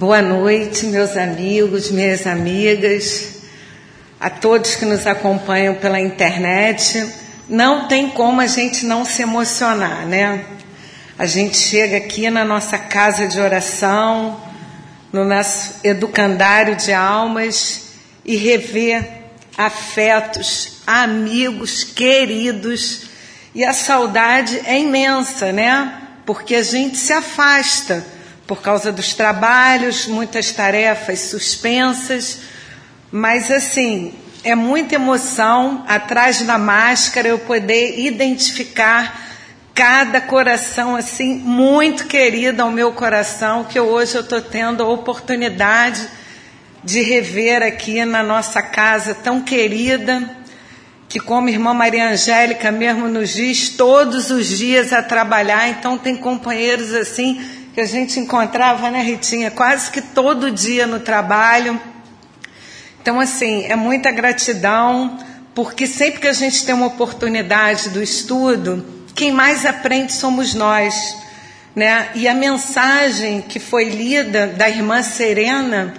Boa noite, meus amigos, minhas amigas, a todos que nos acompanham pela internet. Não tem como a gente não se emocionar, né? A gente chega aqui na nossa casa de oração, no nosso educandário de almas e revê afetos, amigos, queridos. E a saudade é imensa, né? Porque a gente se afasta por causa dos trabalhos, muitas tarefas suspensas, mas assim, é muita emoção atrás da máscara eu poder identificar cada coração assim muito querido ao meu coração, que hoje eu estou tendo a oportunidade de rever aqui na nossa casa tão querida, que como a irmã Maria Angélica mesmo nos diz, todos os dias a trabalhar. Então tem companheiros assim que a gente encontrava, né, Ritinha, quase que todo dia no trabalho. Então, assim, é muita gratidão, porque sempre que a gente tem uma oportunidade do estudo, quem mais aprende somos nós, né? E a mensagem que foi lida da irmã Serena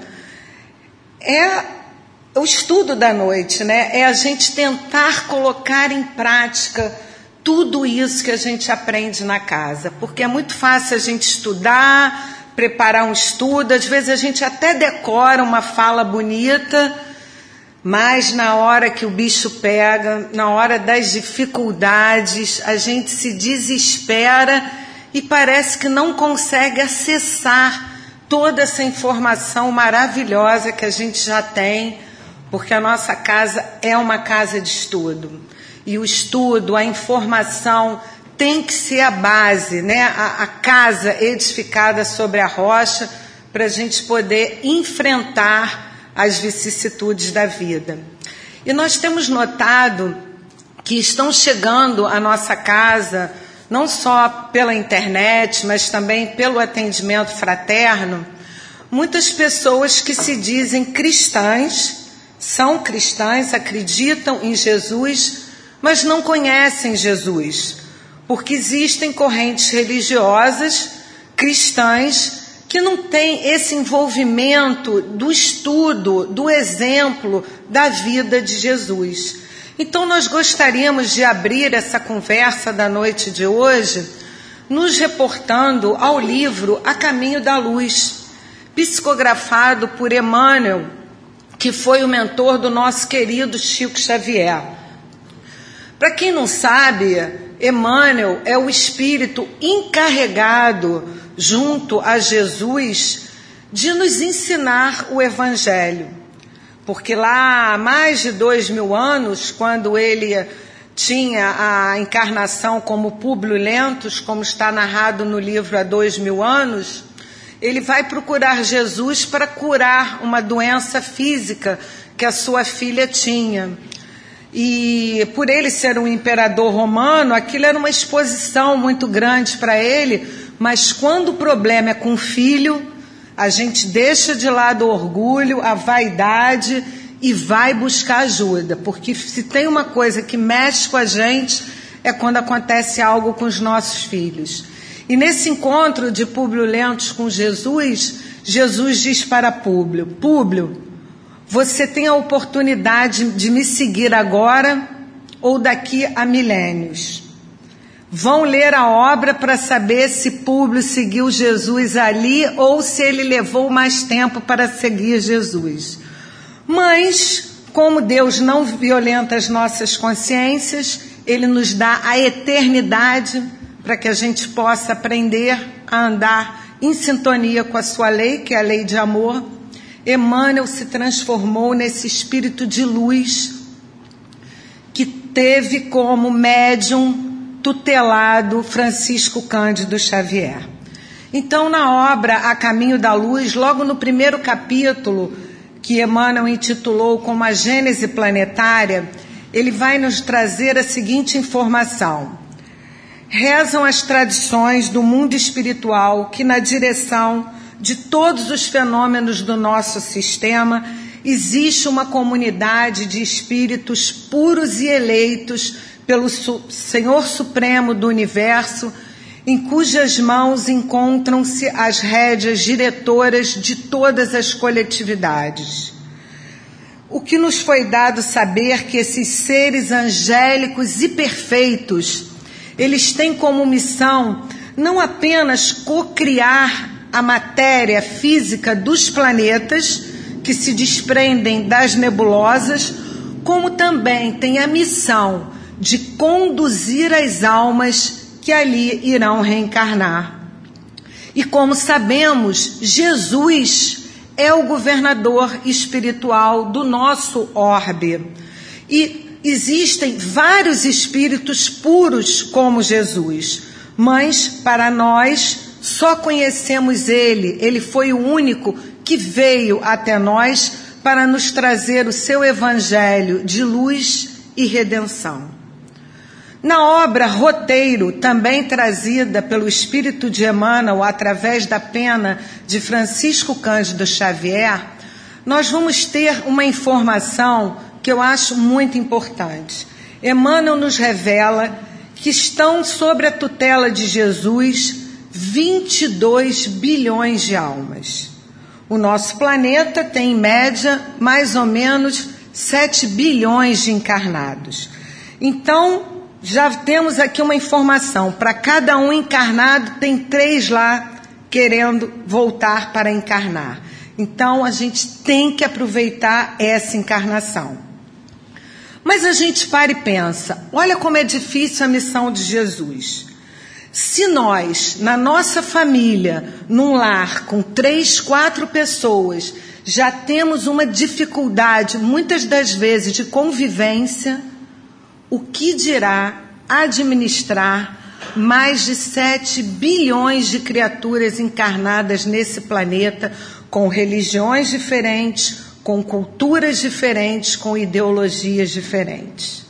é o estudo da noite, né? É a gente tentar colocar em prática tudo isso que a gente aprende na casa, porque é muito fácil a gente estudar, preparar um estudo, às vezes a gente até decora uma fala bonita, mas na hora que o bicho pega, na hora das dificuldades, a gente se desespera e parece que não consegue acessar toda essa informação maravilhosa que a gente já tem, porque a nossa casa é uma casa de estudo. E o estudo, a informação tem que ser a base, né? A casa edificada sobre a rocha para a gente poder enfrentar as vicissitudes da vida. E nós temos notado que estão chegando à nossa casa, não só pela internet, mas também pelo atendimento fraterno, muitas pessoas que se dizem cristãs, são cristãs, acreditam em Jesus, mas não conhecem Jesus, porque existem correntes religiosas cristãs que não têm esse envolvimento do estudo, do exemplo da vida de Jesus. Então nós gostaríamos de abrir essa conversa da noite de hoje, nos reportando ao livro A Caminho da Luz, psicografado por Emmanuel, que foi o mentor do nosso querido Chico Xavier. Para quem não sabe, Emmanuel é o espírito encarregado, junto a Jesus, de nos ensinar o Evangelho. Porque lá há mais de 2000 anos, quando ele tinha a encarnação como Públio Lentus, como está narrado no livro Há 2000 anos, ele vai procurar Jesus para curar uma doença física que a sua filha tinha. E por ele ser um imperador romano, aquilo era uma exposição muito grande para ele, mas quando o problema é com o filho, a gente deixa de lado o orgulho, a vaidade e vai buscar ajuda, porque se tem uma coisa que mexe com a gente, é quando acontece algo com os nossos filhos. E nesse encontro de Públio Lentus com Jesus, Jesus diz para Públio: Públio, você tem a oportunidade de me seguir agora ou daqui a milênios. Vão ler a obra para saber se Públio seguiu Jesus ali ou se ele levou mais tempo para seguir Jesus. Mas, como Deus não violenta as nossas consciências, Ele nos dá a eternidade para que a gente possa aprender a andar em sintonia com a sua lei, que é a lei de amor. Emmanuel se transformou nesse espírito de luz que teve como médium tutelado Francisco Cândido Xavier. Então, na obra A Caminho da Luz, logo no primeiro capítulo, que Emmanuel intitulou como a Gênese Planetária, ele vai nos trazer a seguinte informação: rezam as tradições do mundo espiritual que, na direção de todos os fenômenos do nosso sistema, existe uma comunidade de espíritos puros e eleitos pelo Senhor Supremo do Universo, em cujas mãos encontram-se as rédeas diretoras de todas as coletividades. O que nos foi dado saber que esses seres angélicos e perfeitos, eles têm como missão não apenas cocriar a matéria física dos planetas que se desprendem das nebulosas, como também têm a missão de conduzir as almas que ali irão reencarnar. E como sabemos, Jesus é o governador espiritual do nosso orbe. E existem vários espíritos puros como Jesus, mas para nós só conhecemos ele. Ele foi o único que veio até nós para nos trazer o seu evangelho de luz e redenção. Na obra Roteiro, também trazida pelo Espírito de Emmanuel através da pena de Francisco Cândido Xavier, nós vamos ter uma informação que eu acho muito importante. Emmanuel nos revela que estão sob a tutela de Jesus 22 bilhões de almas. O nosso planeta tem, em média, mais ou menos 7 bilhões de encarnados. Então, já temos aqui uma informação. Para cada um encarnado, tem 3 lá querendo voltar para encarnar. Então, a gente tem que aproveitar essa encarnação. Mas a gente para e pensa, olha como é difícil a missão de Jesus. Se nós, na nossa família, num lar com 3, 4 pessoas, já temos uma dificuldade, muitas das vezes, de convivência, o que dirá administrar mais de 7 bilhões de criaturas encarnadas nesse planeta, com religiões diferentes, com culturas diferentes, com ideologias diferentes.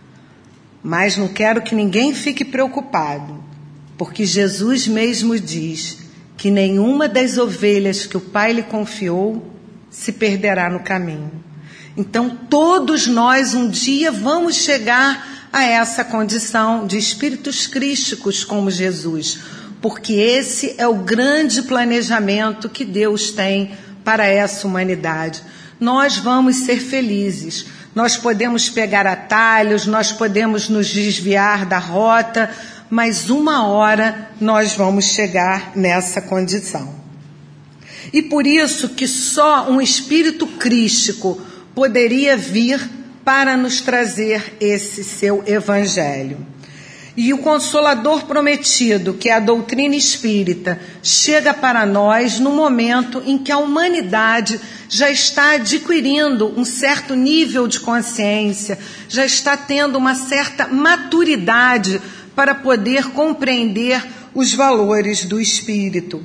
Mas não quero que ninguém fique preocupado, porque Jesus mesmo diz que nenhuma das ovelhas que o Pai lhe confiou se perderá no caminho. Então, todos nós um dia vamos chegar a essa condição de espíritos crísticos como Jesus, porque esse é o grande planejamento que Deus tem para essa humanidade. Nós vamos ser felizes, nós podemos pegar atalhos, nós podemos nos desviar da rota, mas uma hora nós vamos chegar nessa condição. E por isso que só um espírito crístico poderia vir para nos trazer esse seu evangelho. E o Consolador prometido, que é a doutrina espírita, chega para nós no momento em que a humanidade já está adquirindo um certo nível de consciência, já está tendo uma certa maturidade para poder compreender os valores do espírito.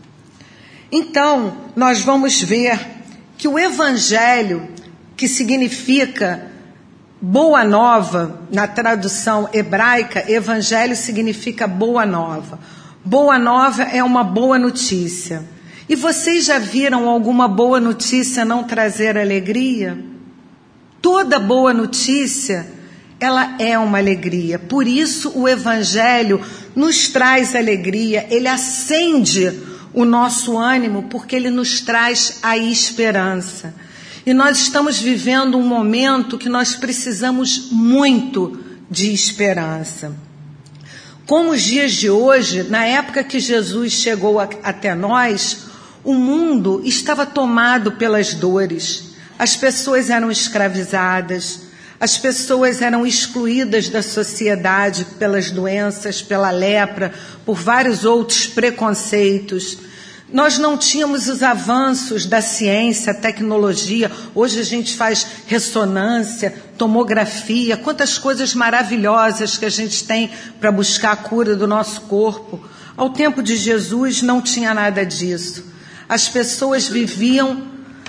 Então, nós vamos ver que o evangelho, que significa boa nova, na tradução hebraica, evangelho significa boa nova. Boa nova é uma boa notícia. E vocês já viram alguma boa notícia não trazer alegria? Toda boa notícia, ela é uma alegria. Por isso o evangelho nos traz alegria, ele acende o nosso ânimo, porque ele nos traz a esperança. E nós estamos vivendo um momento que nós precisamos muito de esperança. Como os dias de hoje, na época que Jesus chegou até nós, o mundo estava tomado pelas dores. As pessoas eram escravizadas, as pessoas eram excluídas da sociedade pelas doenças, pela lepra, por vários outros preconceitos. Nós não tínhamos os avanços da ciência, tecnologia. Hoje a gente faz ressonância, tomografia, quantas coisas maravilhosas que a gente tem para buscar a cura do nosso corpo. Ao tempo de Jesus não tinha nada disso. As pessoas viviam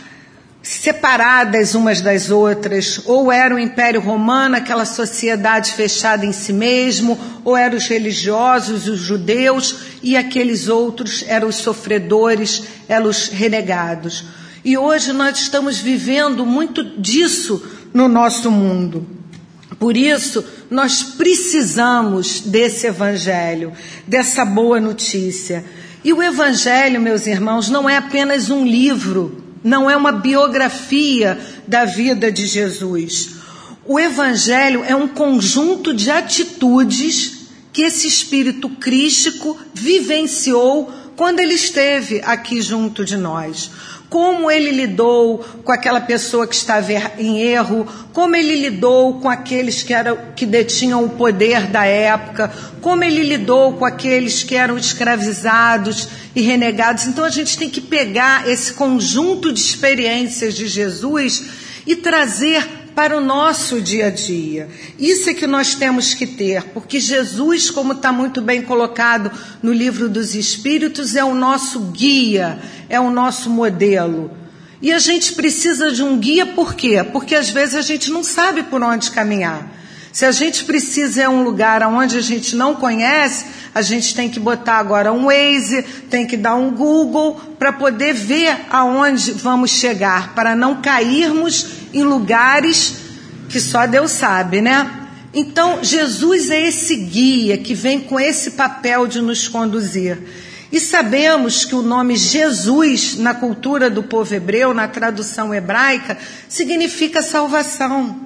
separadas umas das outras, ou era o Império Romano, aquela sociedade fechada em si mesmo, ou eram os religiosos, os judeus, e aqueles outros eram os sofredores, eram os renegados. E hoje nós estamos vivendo muito disso no nosso mundo. Por isso, nós precisamos desse evangelho, dessa boa notícia. E o evangelho, meus irmãos, não é apenas um livro, não é uma biografia da vida de Jesus. O evangelho é um conjunto de atitudes que esse espírito crístico vivenciou quando ele esteve aqui junto de nós. Como ele lidou com aquela pessoa que estava em erro, como ele lidou com aqueles que detinham o poder da época, como ele lidou com aqueles que eram escravizados e renegados. Então a gente tem que pegar esse conjunto de experiências de Jesus e trazer para o nosso dia a dia. Isso é que nós temos que ter, porque Jesus, como está muito bem colocado no Livro dos Espíritos, é o nosso guia, é o nosso modelo. E a gente precisa de um guia por quê? Porque às vezes a gente não sabe por onde caminhar. Se a gente precisa ir a um lugar onde a gente não conhece, a gente tem que botar agora um Waze, tem que dar um Google para poder ver aonde vamos chegar, para não cairmos em lugares que só Deus sabe, né? Então, Jesus é esse guia que vem com esse papel de nos conduzir. E sabemos que o nome Jesus, na cultura do povo hebreu, na tradução hebraica, significa salvação.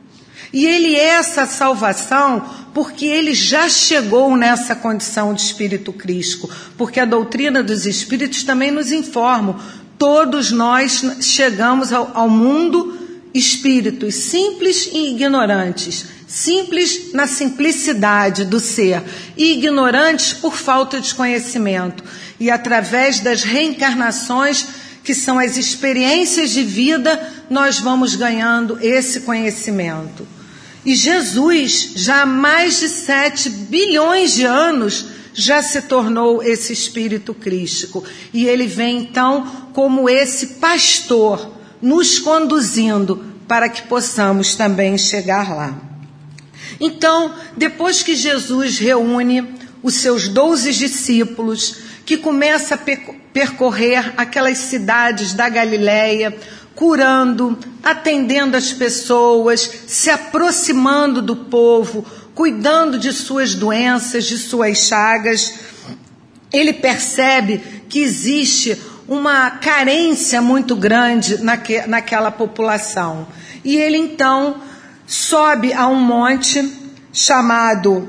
E ele é essa salvação porque ele já chegou nessa condição de espírito crístico, porque a doutrina dos espíritos também nos informa. Todos nós chegamos ao mundo espíritos simples e ignorantes, simples na simplicidade do ser e ignorantes por falta de conhecimento. E através das reencarnações, que são as experiências de vida, nós vamos ganhando esse conhecimento. E Jesus, já há mais de 7 bilhões de anos, já se tornou esse espírito crístico. E ele vem então como esse pastor, nos conduzindo para que possamos também chegar lá. Então, depois que Jesus reúne os seus 12 discípulos, que começa a percorrer aquelas cidades da Galileia, curando, atendendo as pessoas, se aproximando do povo, cuidando de suas doenças, de suas chagas, ele percebe que existe uma carência muito grande naquela população. E ele então sobe a um monte chamado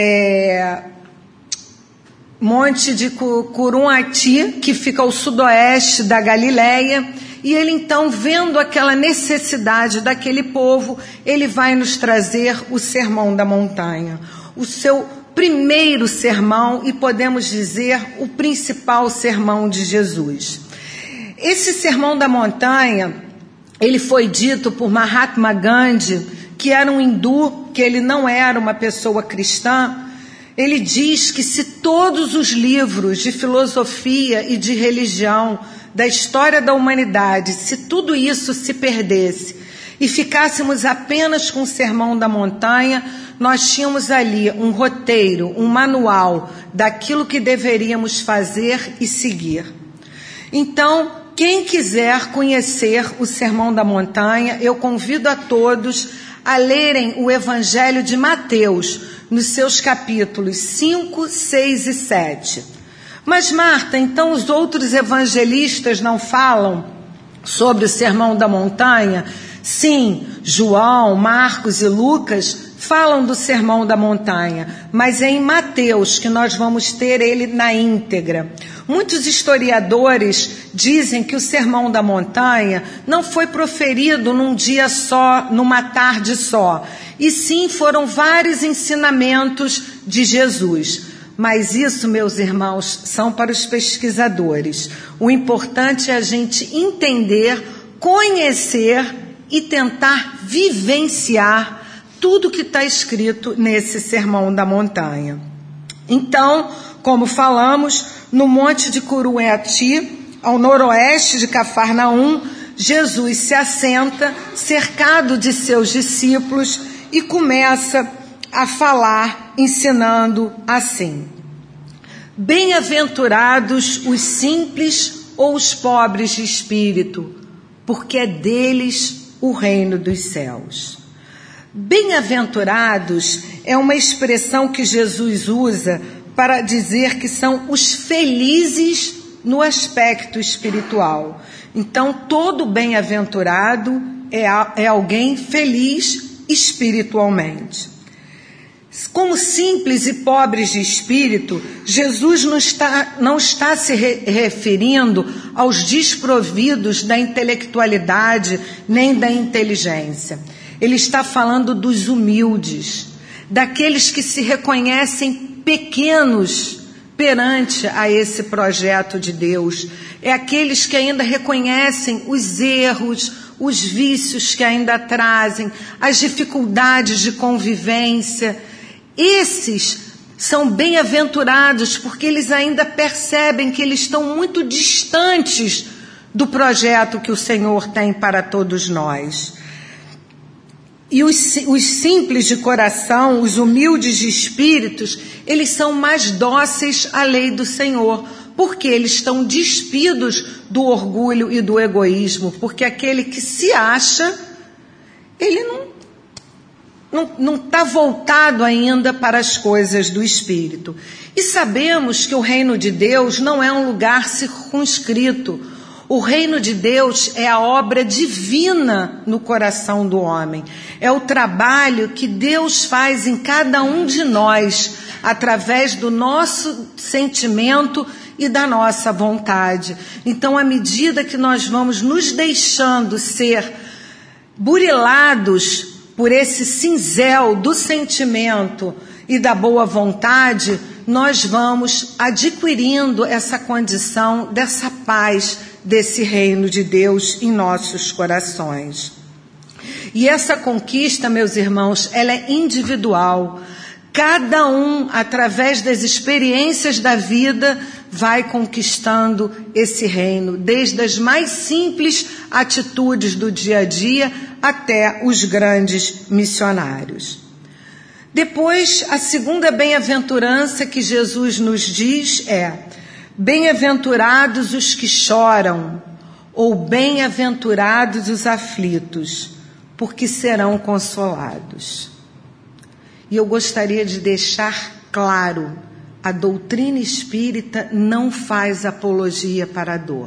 Monte de Curumati, que fica ao sudoeste da Galileia. E ele então, vendo aquela necessidade daquele povo, ele vai nos trazer o Sermão da Montanha. O seu primeiro sermão e podemos dizer o principal sermão de Jesus. Esse Sermão da Montanha, ele foi dito por Mahatma Gandhi, que era um hindu, que ele não era uma pessoa cristã. Ele diz que se todos os livros de filosofia e de religião da história da humanidade, se tudo isso se perdesse e ficássemos apenas com o Sermão da Montanha, nós tínhamos ali um roteiro, um manual daquilo que deveríamos fazer e seguir. Então, quem quiser conhecer o Sermão da Montanha, eu convido a todos a lerem o Evangelho de Mateus, nos seus capítulos 5, 6 e 7. Mas, Marta, então os outros evangelistas não falam sobre o Sermão da Montanha? Sim, João, Marcos e Lucas falam do Sermão da Montanha, mas é em Mateus que nós vamos ter ele na íntegra. Muitos historiadores dizem que o Sermão da Montanha não foi proferido num dia só, numa tarde só, e sim foram vários ensinamentos de Jesus. Mas isso, meus irmãos, são para os pesquisadores. O importante é a gente entender, conhecer e tentar vivenciar tudo que está escrito nesse Sermão da Montanha. Então, como falamos, no Monte de Curumati, ao noroeste de Cafarnaum, Jesus se assenta, cercado de seus discípulos, e começa a falar, ensinando assim: bem-aventurados os simples ou os pobres de espírito, porque é deles o reino dos céus. Bem-aventurados é uma expressão que Jesus usa para dizer que são os felizes no aspecto espiritual. Então, todo bem-aventurado é alguém feliz espiritualmente. Como simples e pobres de espírito, Jesus não está se referindo aos desprovidos da intelectualidade nem da inteligência. Ele está falando dos humildes, daqueles que se reconhecem pequenos perante a esse projeto de Deus. É aqueles que ainda reconhecem os erros, os vícios que ainda trazem, as dificuldades de convivência. Esses são bem-aventurados porque eles ainda percebem que eles estão muito distantes do projeto que o Senhor tem para todos nós. E os simples de coração, os humildes de espíritos, eles são mais dóceis à lei do Senhor, porque eles estão despidos do orgulho e do egoísmo, porque aquele que se acha, ele não está voltado ainda para as coisas do Espírito. E sabemos que o reino de Deus não é um lugar circunscrito. O reino de Deus é a obra divina no coração do homem. É o trabalho que Deus faz em cada um de nós, através do nosso sentimento e da nossa vontade. Então, à medida que nós vamos nos deixando ser burilados por esse cinzel do sentimento e da boa vontade, nós vamos adquirindo essa condição dessa paz, desse reino de Deus em nossos corações. E essa conquista, meus irmãos, ela é individual. Cada um, através das experiências da vida, vai conquistando esse reino, desde as mais simples atitudes do dia a dia até os grandes missionários. Depois, a segunda bem-aventurança que Jesus nos diz é: bem-aventurados os que choram, ou bem-aventurados os aflitos, porque serão consolados. E eu gostaria de deixar claro, a doutrina espírita não faz apologia para a dor.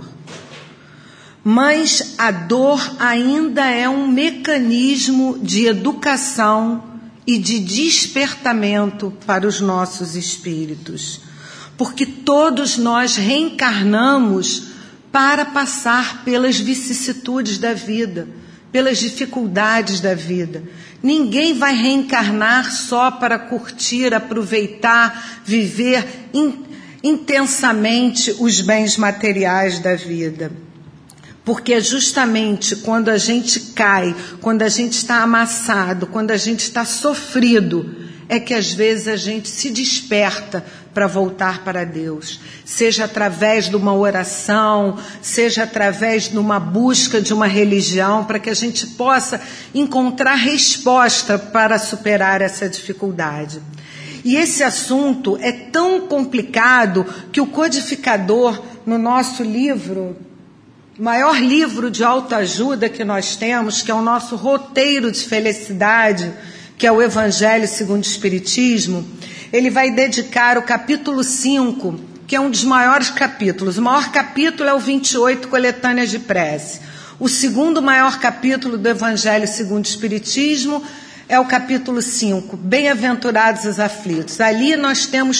Mas a dor ainda é um mecanismo de educação e de despertamento para os nossos espíritos. Porque todos nós reencarnamos para passar pelas vicissitudes da vida, pelas dificuldades da vida. Ninguém vai reencarnar só para curtir, aproveitar, viver intensamente os bens materiais da vida. Porque é justamente quando a gente cai, quando a gente está amassado, quando a gente está sofrido, é que às vezes a gente se desperta para voltar para Deus. Seja através de uma oração, seja através de uma busca de uma religião, para que a gente possa encontrar resposta para superar essa dificuldade. E esse assunto é tão complicado que o codificador, no nosso livro, maior livro de autoajuda que nós temos, que é o nosso roteiro de felicidade, que é o Evangelho segundo o Espiritismo, ele vai dedicar o capítulo 5, que é um dos maiores capítulos. O maior capítulo é o 28, Coletâneas de Prece. O segundo maior capítulo do Evangelho segundo o Espiritismo é o capítulo 5, Bem-aventurados os aflitos. Ali nós temos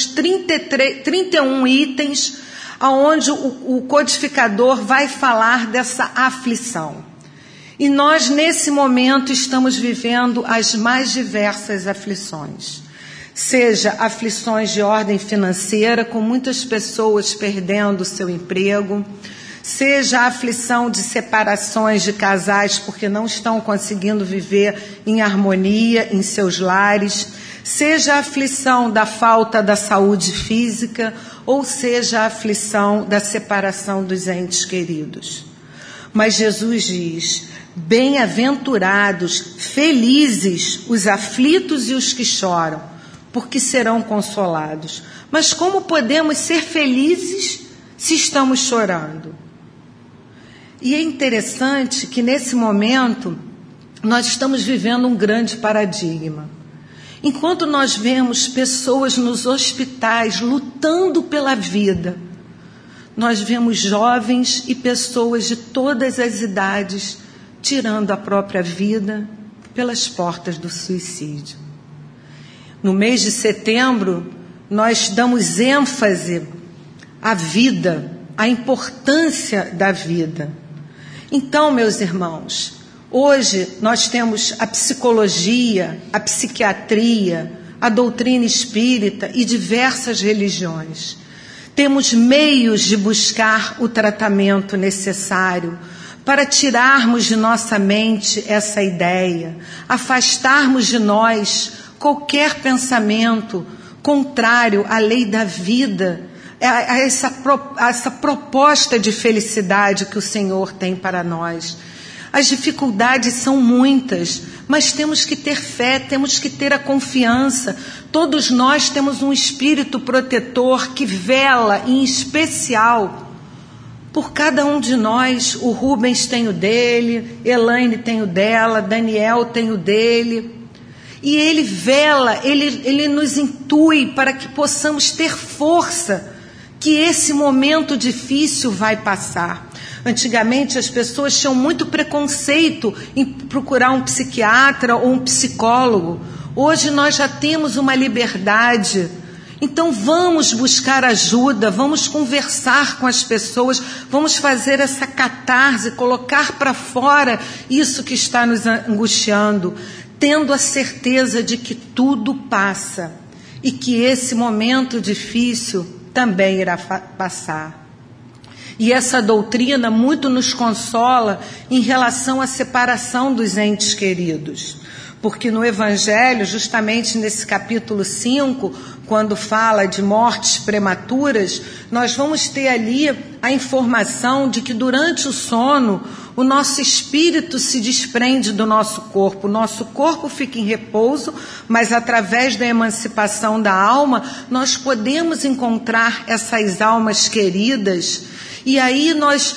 31 itens, onde o codificador vai falar dessa aflição. E nós, nesse momento, estamos vivendo as mais diversas aflições. Seja aflições de ordem financeira, com muitas pessoas perdendo o seu emprego, seja a aflição de separações de casais porque não estão conseguindo viver em harmonia em seus lares, seja a aflição da falta da saúde física, ou seja a aflição da separação dos entes queridos. Mas Jesus diz: bem-aventurados, felizes os aflitos e os que choram, porque serão consolados. Mas como podemos ser felizes se estamos chorando? E é interessante que nesse momento nós estamos vivendo um grande paradigma. Enquanto nós vemos pessoas nos hospitais lutando pela vida, nós vemos jovens e pessoas de todas as idades tirando a própria vida pelas portas do suicídio. No mês de setembro, nós damos ênfase à vida, à importância da vida. Então, meus irmãos, hoje nós temos a psicologia, a psiquiatria, a doutrina espírita e diversas religiões. Temos meios de buscar o tratamento necessário para tirarmos de nossa mente essa ideia, afastarmos de nós qualquer pensamento contrário à lei da vida, a essa proposta de felicidade que o Senhor tem para nós. As dificuldades são muitas, mas temos que ter fé, temos que ter a confiança. Todos nós temos um espírito protetor que vela, em especial, por cada um de nós. O Rubens tem o dele, Elaine tem o dela, Daniel tem o dele. E ele vela, ele nos intui para que possamos ter força, que esse momento difícil vai passar. Antigamente as pessoas tinham muito preconceito em procurar um psiquiatra ou um psicólogo. Hoje nós já temos uma liberdade. Então vamos buscar ajuda, vamos conversar com as pessoas, vamos fazer essa catarse, colocar para fora isso que está nos angustiando, tendo a certeza de que tudo passa e que esse momento difícil também irá passar. E essa doutrina muito nos consola em relação à separação dos entes queridos. Porque no Evangelho, justamente nesse capítulo 5, quando fala de mortes prematuras, nós vamos ter ali a informação de que durante o sono, o nosso espírito se desprende do nosso corpo. O nosso corpo fica em repouso, mas através da emancipação da alma, nós podemos encontrar essas almas queridas. E aí nós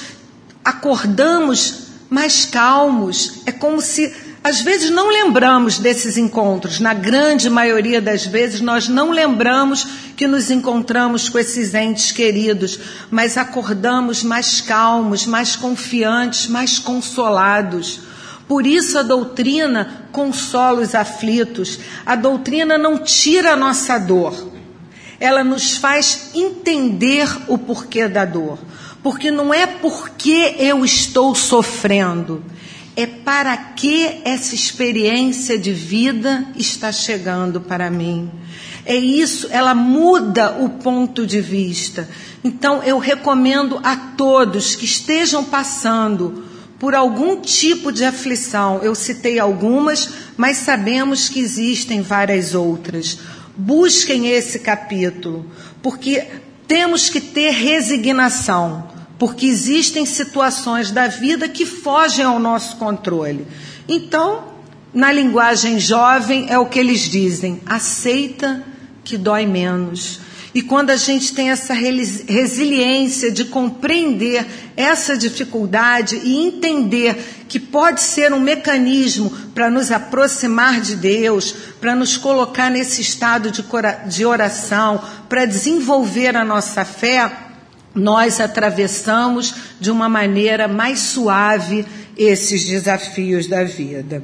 acordamos mais calmos. É como se, às vezes, não lembramos desses encontros. Na grande maioria das vezes, nós não lembramos que nos encontramos com esses entes queridos, mas acordamos mais calmos, mais confiantes, mais consolados. Por isso a doutrina consola os aflitos. A doutrina não tira a nossa dor. Ela nos faz entender o porquê da dor. Porque não é porque eu estou sofrendo, é para que essa experiência de vida está chegando para mim. É isso, ela muda o ponto de vista. Então eu recomendo a todos que estejam passando por algum tipo de aflição. Eu citei algumas, mas sabemos que existem várias outras. Busquem esse capítulo, porque temos que ter resignação, porque existem situações da vida que fogem ao nosso controle. Então, na linguagem jovem, é o que eles dizem: aceita que dói menos. E quando a gente tem essa resiliência de compreender essa dificuldade e entender que pode ser um mecanismo para nos aproximar de Deus, para nos colocar nesse estado de oração, para desenvolver a nossa fé, nós atravessamos de uma maneira mais suave esses desafios da vida.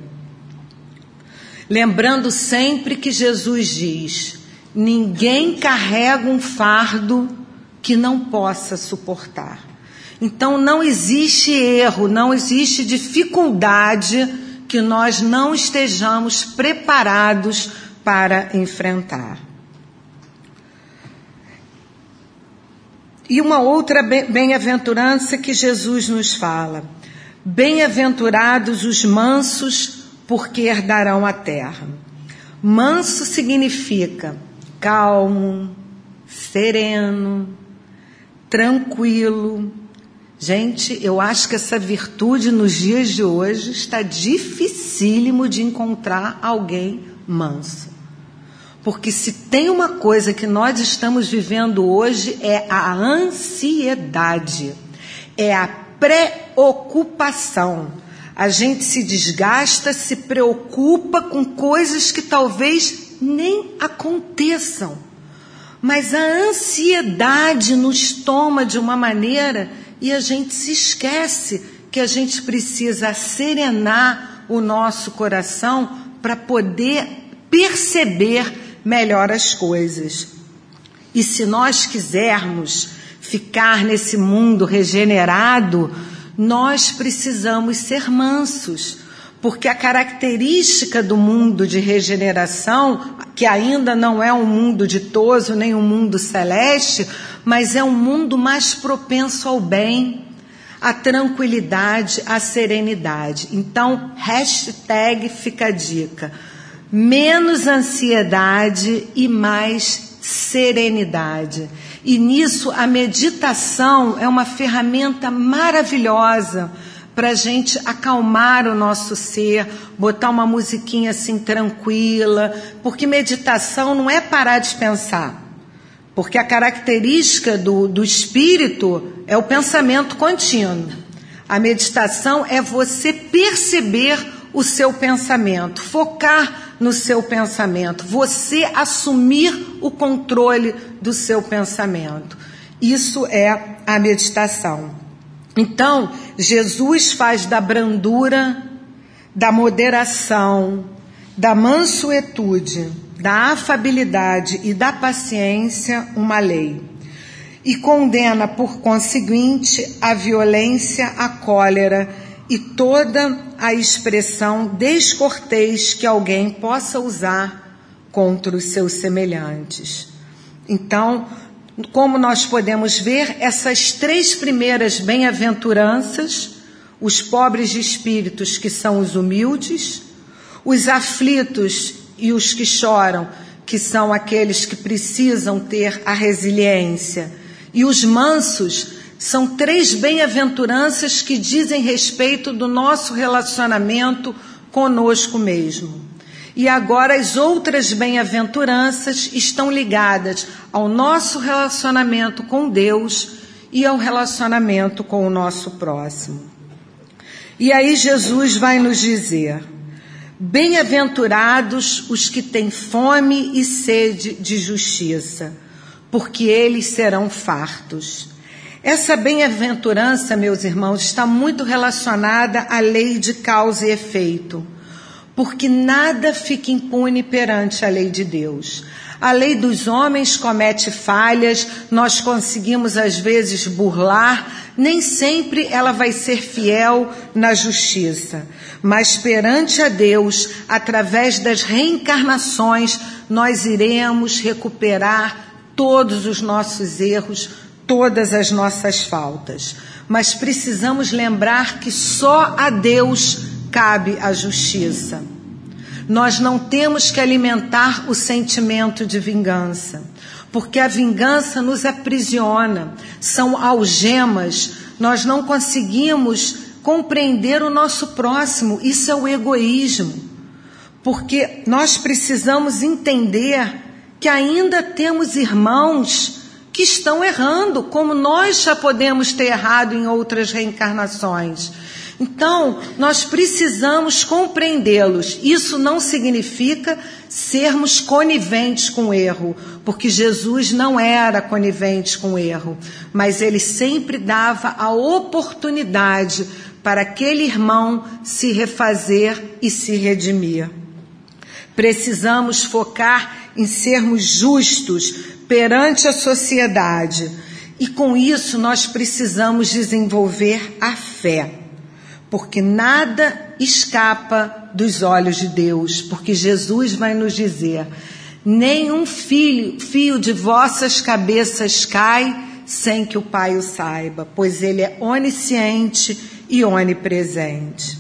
Lembrando sempre que Jesus diz: ninguém carrega um fardo que não possa suportar. Então não existe erro, não existe dificuldade que nós não estejamos preparados para enfrentar. E uma outra bem-aventurança que Jesus nos fala: bem-aventurados os mansos, porque herdarão a terra. Manso significa calmo, sereno, tranquilo. Gente, eu acho que essa virtude nos dias de hoje está dificílimo de encontrar alguém manso. Porque se tem uma coisa que nós estamos vivendo hoje é a ansiedade, é a preocupação. A gente se desgasta, se preocupa com coisas que talvez nem aconteçam. Mas a ansiedade nos toma de uma maneira e a gente se esquece que a gente precisa serenar o nosso coração para poder perceber melhor as coisas. E se nós quisermos ficar nesse mundo regenerado, nós precisamos ser mansos, porque a característica do mundo de regeneração, que ainda não é um mundo ditoso, nem um mundo celeste, mas é um mundo mais propenso ao bem, à tranquilidade, à serenidade. Então, hashtag fica a dica: menos ansiedade e mais serenidade. E nisso a meditação é uma ferramenta maravilhosa para a gente acalmar o nosso ser, botar uma musiquinha assim tranquila, porque meditação não é parar de pensar, porque a característica do espírito é o pensamento contínuo. A meditação é você perceber o seu pensamento, focar no seu pensamento, você assumir o controle do seu pensamento. Isso é a meditação. Então, Jesus faz da brandura, da moderação, da mansuetude, da afabilidade e da paciência uma lei. E condena, por conseguinte, a violência, a cólera e toda a expressão descortês que alguém possa usar contra os seus semelhantes. Então, como nós podemos ver, essas 3 primeiras bem-aventuranças, os pobres de espíritos, que são os humildes, os aflitos e os que choram, que são aqueles que precisam ter a resiliência, e os mansos, são 3 bem-aventuranças que dizem respeito do nosso relacionamento conosco mesmo. E agora as outras bem-aventuranças estão ligadas ao nosso relacionamento com Deus e ao relacionamento com o nosso próximo. E aí Jesus vai nos dizer: bem-aventurados os que têm fome e sede de justiça, porque eles serão fartos. Essa bem-aventurança, meus irmãos, está muito relacionada à lei de causa e efeito, porque nada fica impune perante a lei de Deus. A lei dos homens comete falhas, nós conseguimos às vezes burlar, nem sempre ela vai ser fiel na justiça. Mas perante a Deus, através das reencarnações, nós iremos recuperar todos os nossos erros, todas as nossas faltas. Mas precisamos lembrar que só a Deus cabe a justiça. Nós não temos que alimentar o sentimento de vingança, porque a vingança nos aprisiona, são algemas, nós não conseguimos compreender o nosso próximo, isso é o egoísmo, porque nós precisamos entender que ainda temos irmãos que estão errando, como nós já podemos ter errado em outras reencarnações. Então, nós precisamos compreendê-los. Isso não significa sermos coniventes com o erro, porque Jesus não era conivente com o erro, mas ele sempre dava a oportunidade para aquele irmão se refazer e se redimir. Precisamos focar em sermos justos perante a sociedade, e com isso nós precisamos desenvolver a fé, porque nada escapa dos olhos de Deus, porque Jesus vai nos dizer: nenhum fio de vossas cabeças cai sem que o Pai o saiba, pois ele é onisciente e onipresente.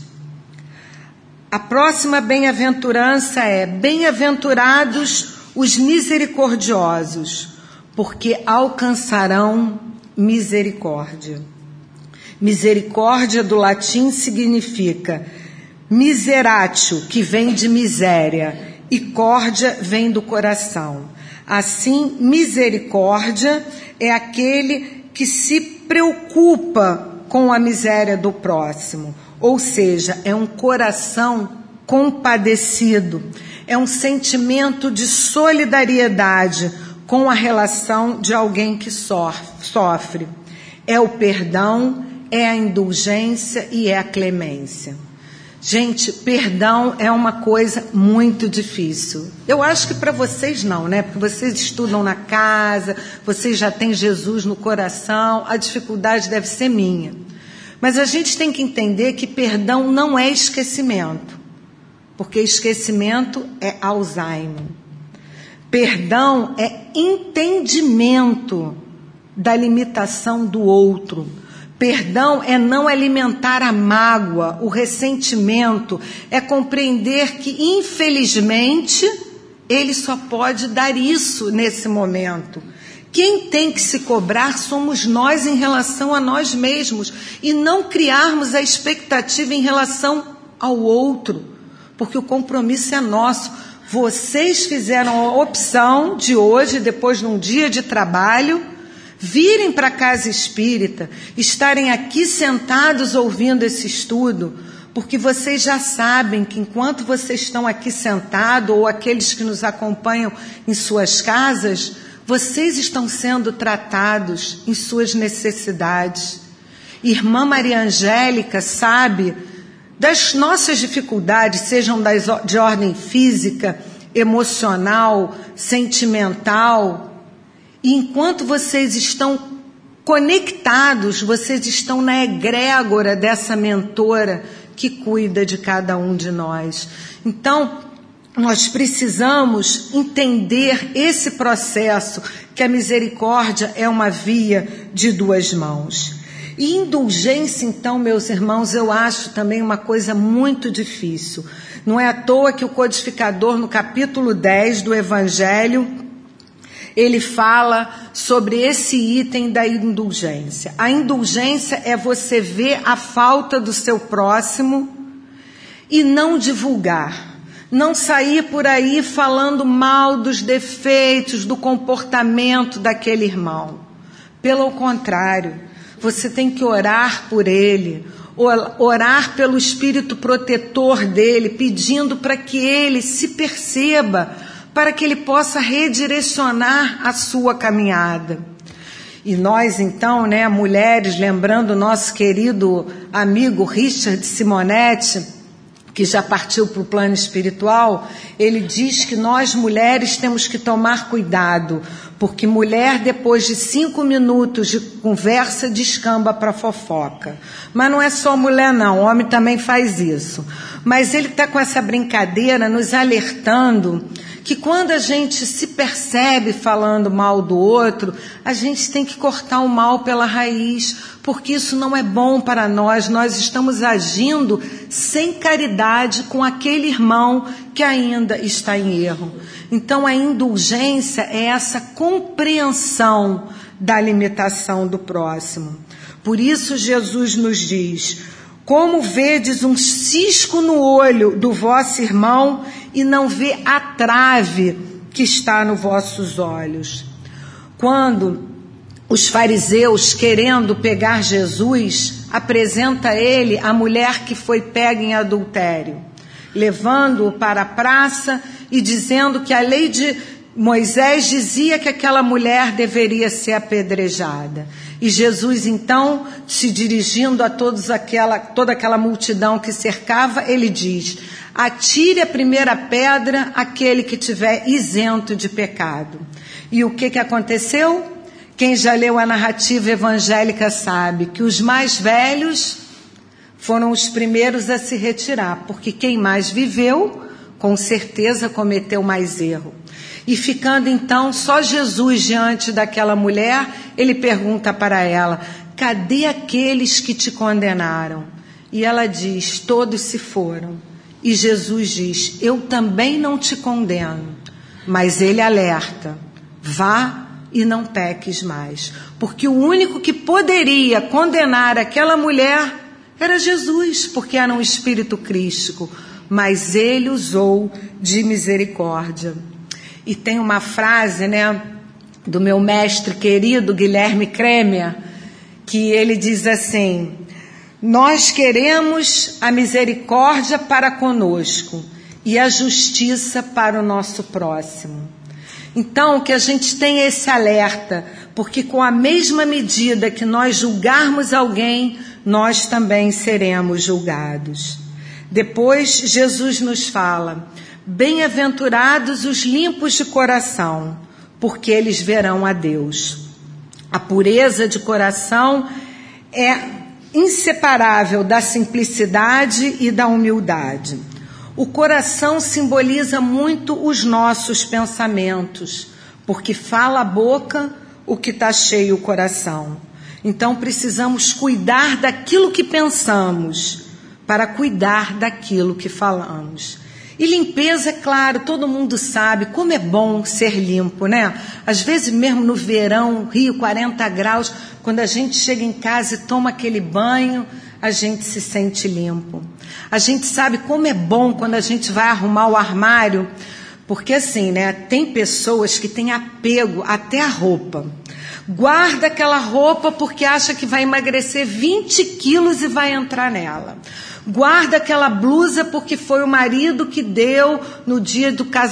A próxima bem-aventurança é: bem-aventurados os misericordiosos, porque alcançarão misericórdia. Misericórdia do latim significa miseratio, que vem de miséria, e córdia vem do coração. Assim, misericórdia é aquele que se preocupa com a miséria do próximo. ou seja, é um coração compadecido, é um sentimento de solidariedade com a relação de alguém que sofre. É o perdão, é a indulgência e é a clemência. Gente, perdão é uma coisa muito difícil. Eu acho que para vocês não, né? Porque vocês estudam na casa, vocês já têm Jesus no coração, a dificuldade deve ser minha. Mas a gente tem que entender que perdão não é esquecimento, porque esquecimento é Alzheimer. Perdão é entendimento da limitação do outro. Perdão é não alimentar a mágoa, o ressentimento, é compreender que, infelizmente, ele só pode dar isso nesse momento. Quem tem que se cobrar somos nós em relação a nós mesmos e não criarmos a expectativa em relação ao outro, porque o compromisso é nosso. Vocês fizeram a opção de hoje, depois de um dia de trabalho, virem para a casa espírita, estarem aqui sentados ouvindo esse estudo, porque vocês já sabem que enquanto vocês estão aqui sentados, ou aqueles que nos acompanham em suas casas, vocês estão sendo tratados em suas necessidades. Irmã Maria Angélica sabe das nossas dificuldades, sejam de ordem física, emocional, sentimental. E enquanto vocês estão conectados, vocês estão na egrégora dessa mentora que cuida de cada um de nós. Então, nós precisamos entender esse processo, que a misericórdia é uma via de duas mãos. E indulgência, então, meus irmãos, eu acho também uma coisa muito difícil. Não é à toa que o codificador, no capítulo 10 do Evangelho, ele fala sobre esse item da indulgência. A indulgência é você ver a falta do seu próximo e não divulgar. Não sair por aí falando mal dos defeitos, do comportamento daquele irmão. Pelo contrário, você tem que orar por ele, orar pelo espírito protetor dele, pedindo para que ele se perceba, para que ele possa redirecionar a sua caminhada. E nós, então, né, mulheres, lembrando o nosso querido amigo Richard Simonetti, que já partiu para o plano espiritual, ele diz que nós, mulheres, temos que tomar cuidado, porque mulher, depois de 5 minutos de conversa, descamba para fofoca. Mas não é só mulher, não, o homem também faz isso. Mas ele está com essa brincadeira nos alertando que quando a gente se percebe falando mal do outro, a gente tem que cortar o mal pela raiz, porque isso não é bom para nós. Nós estamos agindo sem caridade com aquele irmão que ainda está em erro. Então a indulgência é essa compreensão da limitação do próximo. Por isso Jesus nos diz: como vedes um cisco no olho do vosso irmão e não vê a trave que está nos vossos olhos. Quando os fariseus, querendo pegar Jesus, apresenta a ele a mulher que foi pega em adultério, levando-o para a praça e dizendo que a lei de Moisés dizia que aquela mulher deveria ser apedrejada. E Jesus, então, se dirigindo a toda aquela multidão que cercava, ele diz: atire a primeira pedra aquele que tiver isento de pecado. E o que aconteceu? Quem já leu a narrativa evangélica sabe que os mais velhos foram os primeiros a se retirar, porque quem mais viveu, com certeza cometeu mais erro. E ficando então só Jesus diante daquela mulher, ele pergunta para ela: cadê aqueles que te condenaram? E ela diz: todos se foram. E Jesus diz: eu também não te condeno. Mas ele alerta: vá e não peques mais. Porque o único que poderia condenar aquela mulher era Jesus, porque era um espírito crístico. Mas ele usou de misericórdia. E tem uma frase, né, do meu mestre querido Guilherme Kremer, que ele diz assim: Nós queremos a misericórdia para conosco e a justiça para o nosso próximo. Então, que a gente tenha esse alerta, porque com a mesma medida que nós julgarmos alguém, nós também seremos julgados. Depois, Jesus nos fala: bem-aventurados os limpos de coração, porque eles verão a Deus. A pureza de coração é inseparável da simplicidade e da humildade. O coração simboliza muito os nossos pensamentos, porque fala a boca o que está cheio o coração. Então precisamos cuidar daquilo que pensamos, para cuidar daquilo que falamos. E limpeza, é claro, todo mundo sabe como é bom ser limpo, né? Às vezes mesmo no verão, Rio, 40 graus, quando a gente chega em casa e toma aquele banho, a gente se sente limpo. A gente sabe como é bom quando a gente vai arrumar o armário, porque assim, né? Tem pessoas que têm apego até a roupa. Guarda aquela roupa porque acha que vai emagrecer 20 quilos e vai entrar nela. Guarda aquela blusa porque foi o marido que deu no dia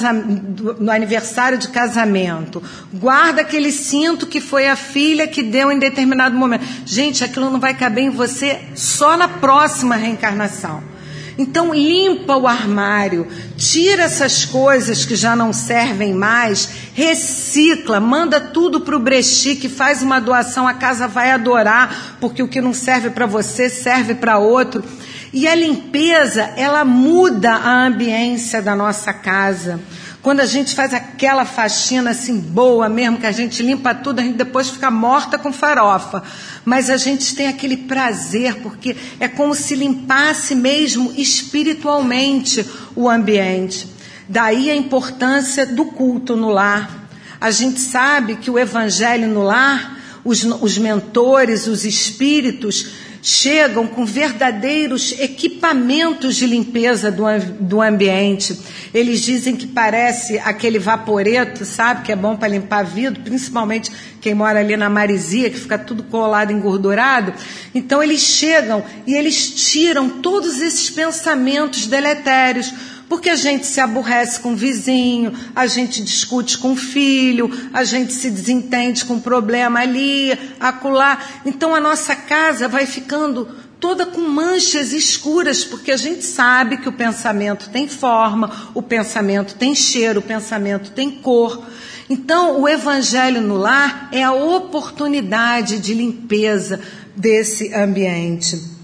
no aniversário de casamento. Guarda aquele cinto que foi a filha que deu em determinado momento. Gente, aquilo não vai caber em você só na próxima reencarnação. Então limpa o armário, tira essas coisas que já não servem mais, recicla, manda tudo para o Brechique, faz uma doação, a casa vai adorar, porque o que não serve para você serve para outro. E a limpeza, ela muda a ambiência da nossa casa. Quando a gente faz aquela faxina assim boa mesmo, que a gente limpa tudo, a gente depois fica morta com farofa. Mas a gente tem aquele prazer, porque é como se limpasse mesmo espiritualmente o ambiente. Daí a importância do culto no lar. A gente sabe que o evangelho no lar, os mentores, os espíritos, chegam com verdadeiros equipamentos de limpeza do ambiente. Eles dizem que parece aquele vaporeto, sabe, que é bom para limpar vidro, principalmente quem mora ali na Marizia, que fica tudo colado, engordurado. Então eles chegam e eles tiram todos esses pensamentos deletérios, porque a gente se aborrece com o vizinho, a gente discute com o filho, a gente se desentende com um problema ali, acolá. Então a nossa casa vai ficando toda com manchas escuras, porque a gente sabe que o pensamento tem forma, o pensamento tem cheiro, o pensamento tem cor. Então o evangelho no lar é a oportunidade de limpeza desse ambiente.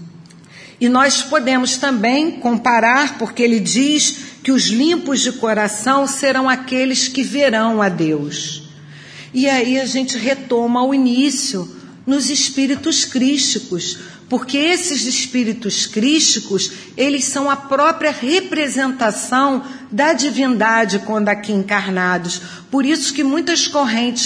E nós podemos também comparar, porque ele diz que os limpos de coração serão aqueles que verão a Deus. E aí a gente retoma o início nos espíritos crísticos, porque esses espíritos crísticos, eles são a própria representação da divindade quando aqui encarnados. Por isso que muitas correntes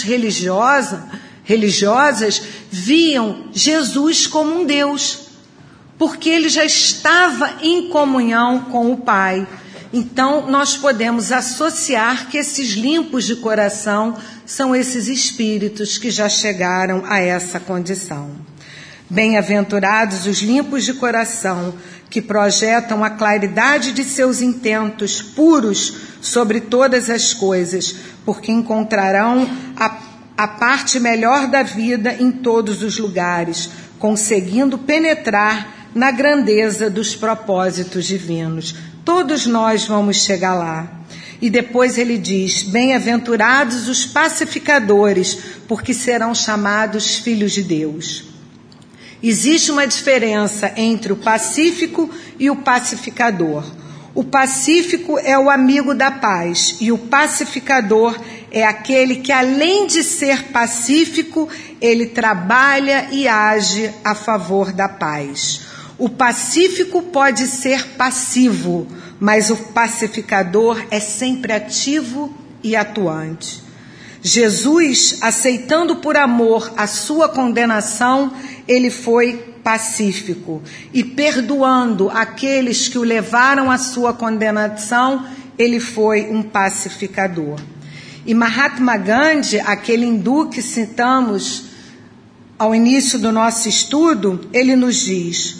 religiosas viam Jesus como um Deus, porque ele já estava em comunhão com o Pai. Então, nós podemos associar que esses limpos de coração são esses espíritos que já chegaram a essa condição. Bem-aventurados os limpos de coração, que projetam a claridade de seus intentos puros sobre todas as coisas, porque encontrarão a parte melhor da vida em todos os lugares, conseguindo penetrar na grandeza dos propósitos divinos. Todos nós vamos chegar lá. E depois ele diz: bem-aventurados os pacificadores, porque serão chamados filhos de Deus. Existe uma diferença entre o pacífico e o pacificador. O pacífico é o amigo da paz e o pacificador é aquele que, além de ser pacífico, ele trabalha e age a favor da paz. O pacífico pode ser passivo, mas o pacificador é sempre ativo e atuante. Jesus, aceitando por amor a sua condenação, ele foi pacífico. E perdoando aqueles que o levaram à sua condenação, ele foi um pacificador. E Mahatma Gandhi, aquele hindu que citamos ao início do nosso estudo, ele nos diz: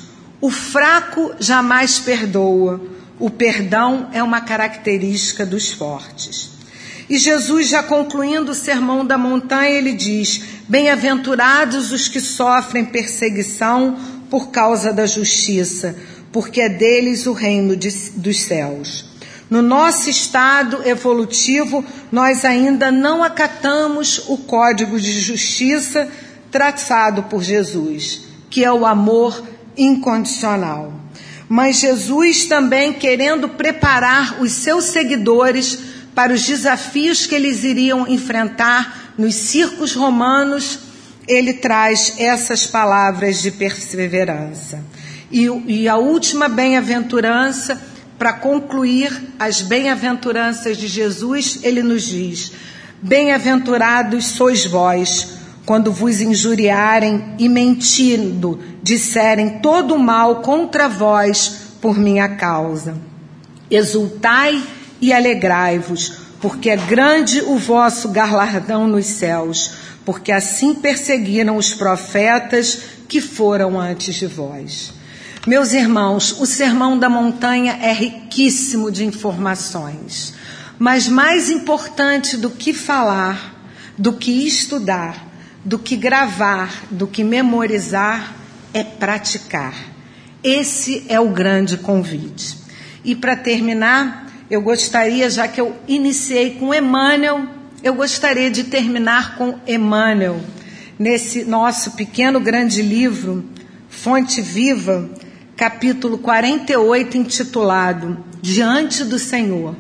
O fraco jamais perdoa. O perdão é uma característica dos fortes. E Jesus, já concluindo o Sermão da Montanha, ele diz: bem-aventurados os que sofrem perseguição por causa da justiça, porque é deles o reino dos céus. No nosso estado evolutivo, nós ainda não acatamos o código de justiça traçado por Jesus, que é o amor incondicional. Mas Jesus também, querendo preparar os seus seguidores para os desafios que eles iriam enfrentar nos circos romanos, ele traz essas palavras de perseverança. E a última bem-aventurança, para concluir as bem-aventuranças de Jesus, ele nos diz: bem-aventurados sois vós, quando vos injuriarem e mentindo disserem todo o mal contra vós por minha causa. Exultai e alegrai-vos, porque é grande o vosso galardão nos céus, porque assim perseguiram os profetas que foram antes de vós. Meus irmãos, o Sermão da Montanha é riquíssimo de informações, mas mais importante do que falar, do que estudar, do que gravar, do que memorizar, é praticar. Esse é o grande convite. E para terminar, eu gostaria, já que eu iniciei com Emmanuel, eu gostaria de terminar com Emmanuel, nesse nosso pequeno grande livro, Fonte Viva, capítulo 48, intitulado Diante do Senhor.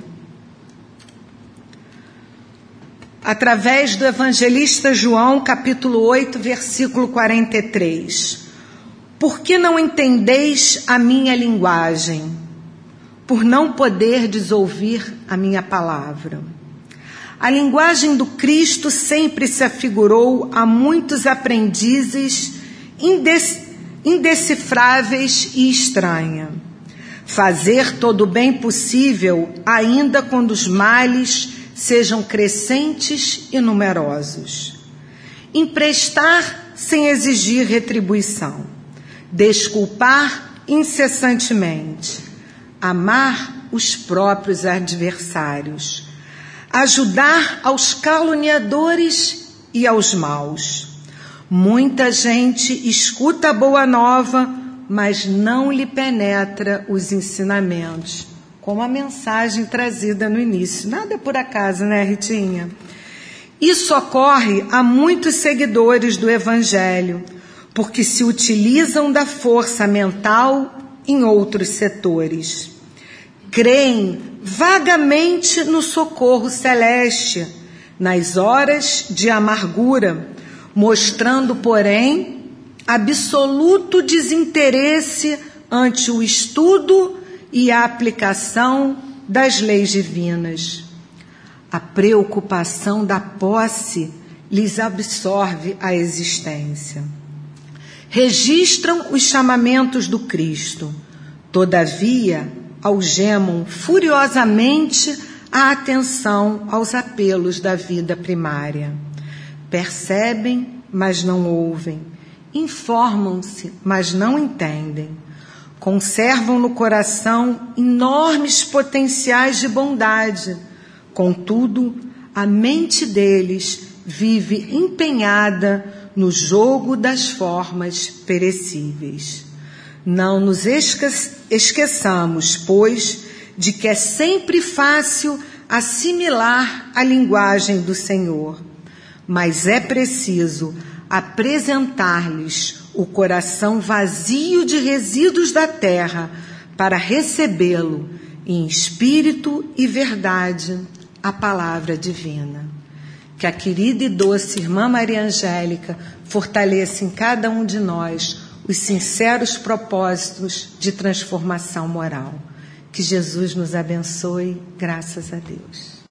Através do evangelista João, capítulo 8, versículo 43. Por que não entendeis a minha linguagem? Por não poderdes ouvir a minha palavra. A linguagem do Cristo sempre se afigurou a muitos aprendizes indecifráveis e estranha. Fazer todo o bem possível, ainda quando os males sejam crescentes e numerosos. Emprestar sem exigir retribuição. Desculpar incessantemente. Amar os próprios adversários. Ajudar aos caluniadores e aos maus. Muita gente escuta a boa nova, mas não lhe penetra os ensinamentos, como a mensagem trazida no início. Nada por acaso, né, Ritinha? Isso ocorre a muitos seguidores do Evangelho, porque se utilizam da força mental em outros setores. Creem vagamente no socorro celeste, nas horas de amargura, mostrando, porém, absoluto desinteresse ante o estudo e a aplicação das leis divinas. A preocupação da posse lhes absorve a existência. Registram os chamamentos do Cristo, todavia algemam furiosamente a atenção aos apelos da vida primária. Percebem, mas não ouvem. Informam-se, mas não entendem. Conservam no coração enormes potenciais de bondade. Contudo, a mente deles vive empenhada no jogo das formas perecíveis. Não nos esqueçamos, pois, de que é sempre fácil assimilar a linguagem do Senhor, mas é preciso apresentar-lhes o coração vazio de resíduos da terra para recebê-lo em espírito e verdade, a palavra divina. Que a querida e doce Irmã Maria Angélica fortaleça em cada um de nós os sinceros propósitos de transformação moral. Que Jesus nos abençoe, graças a Deus.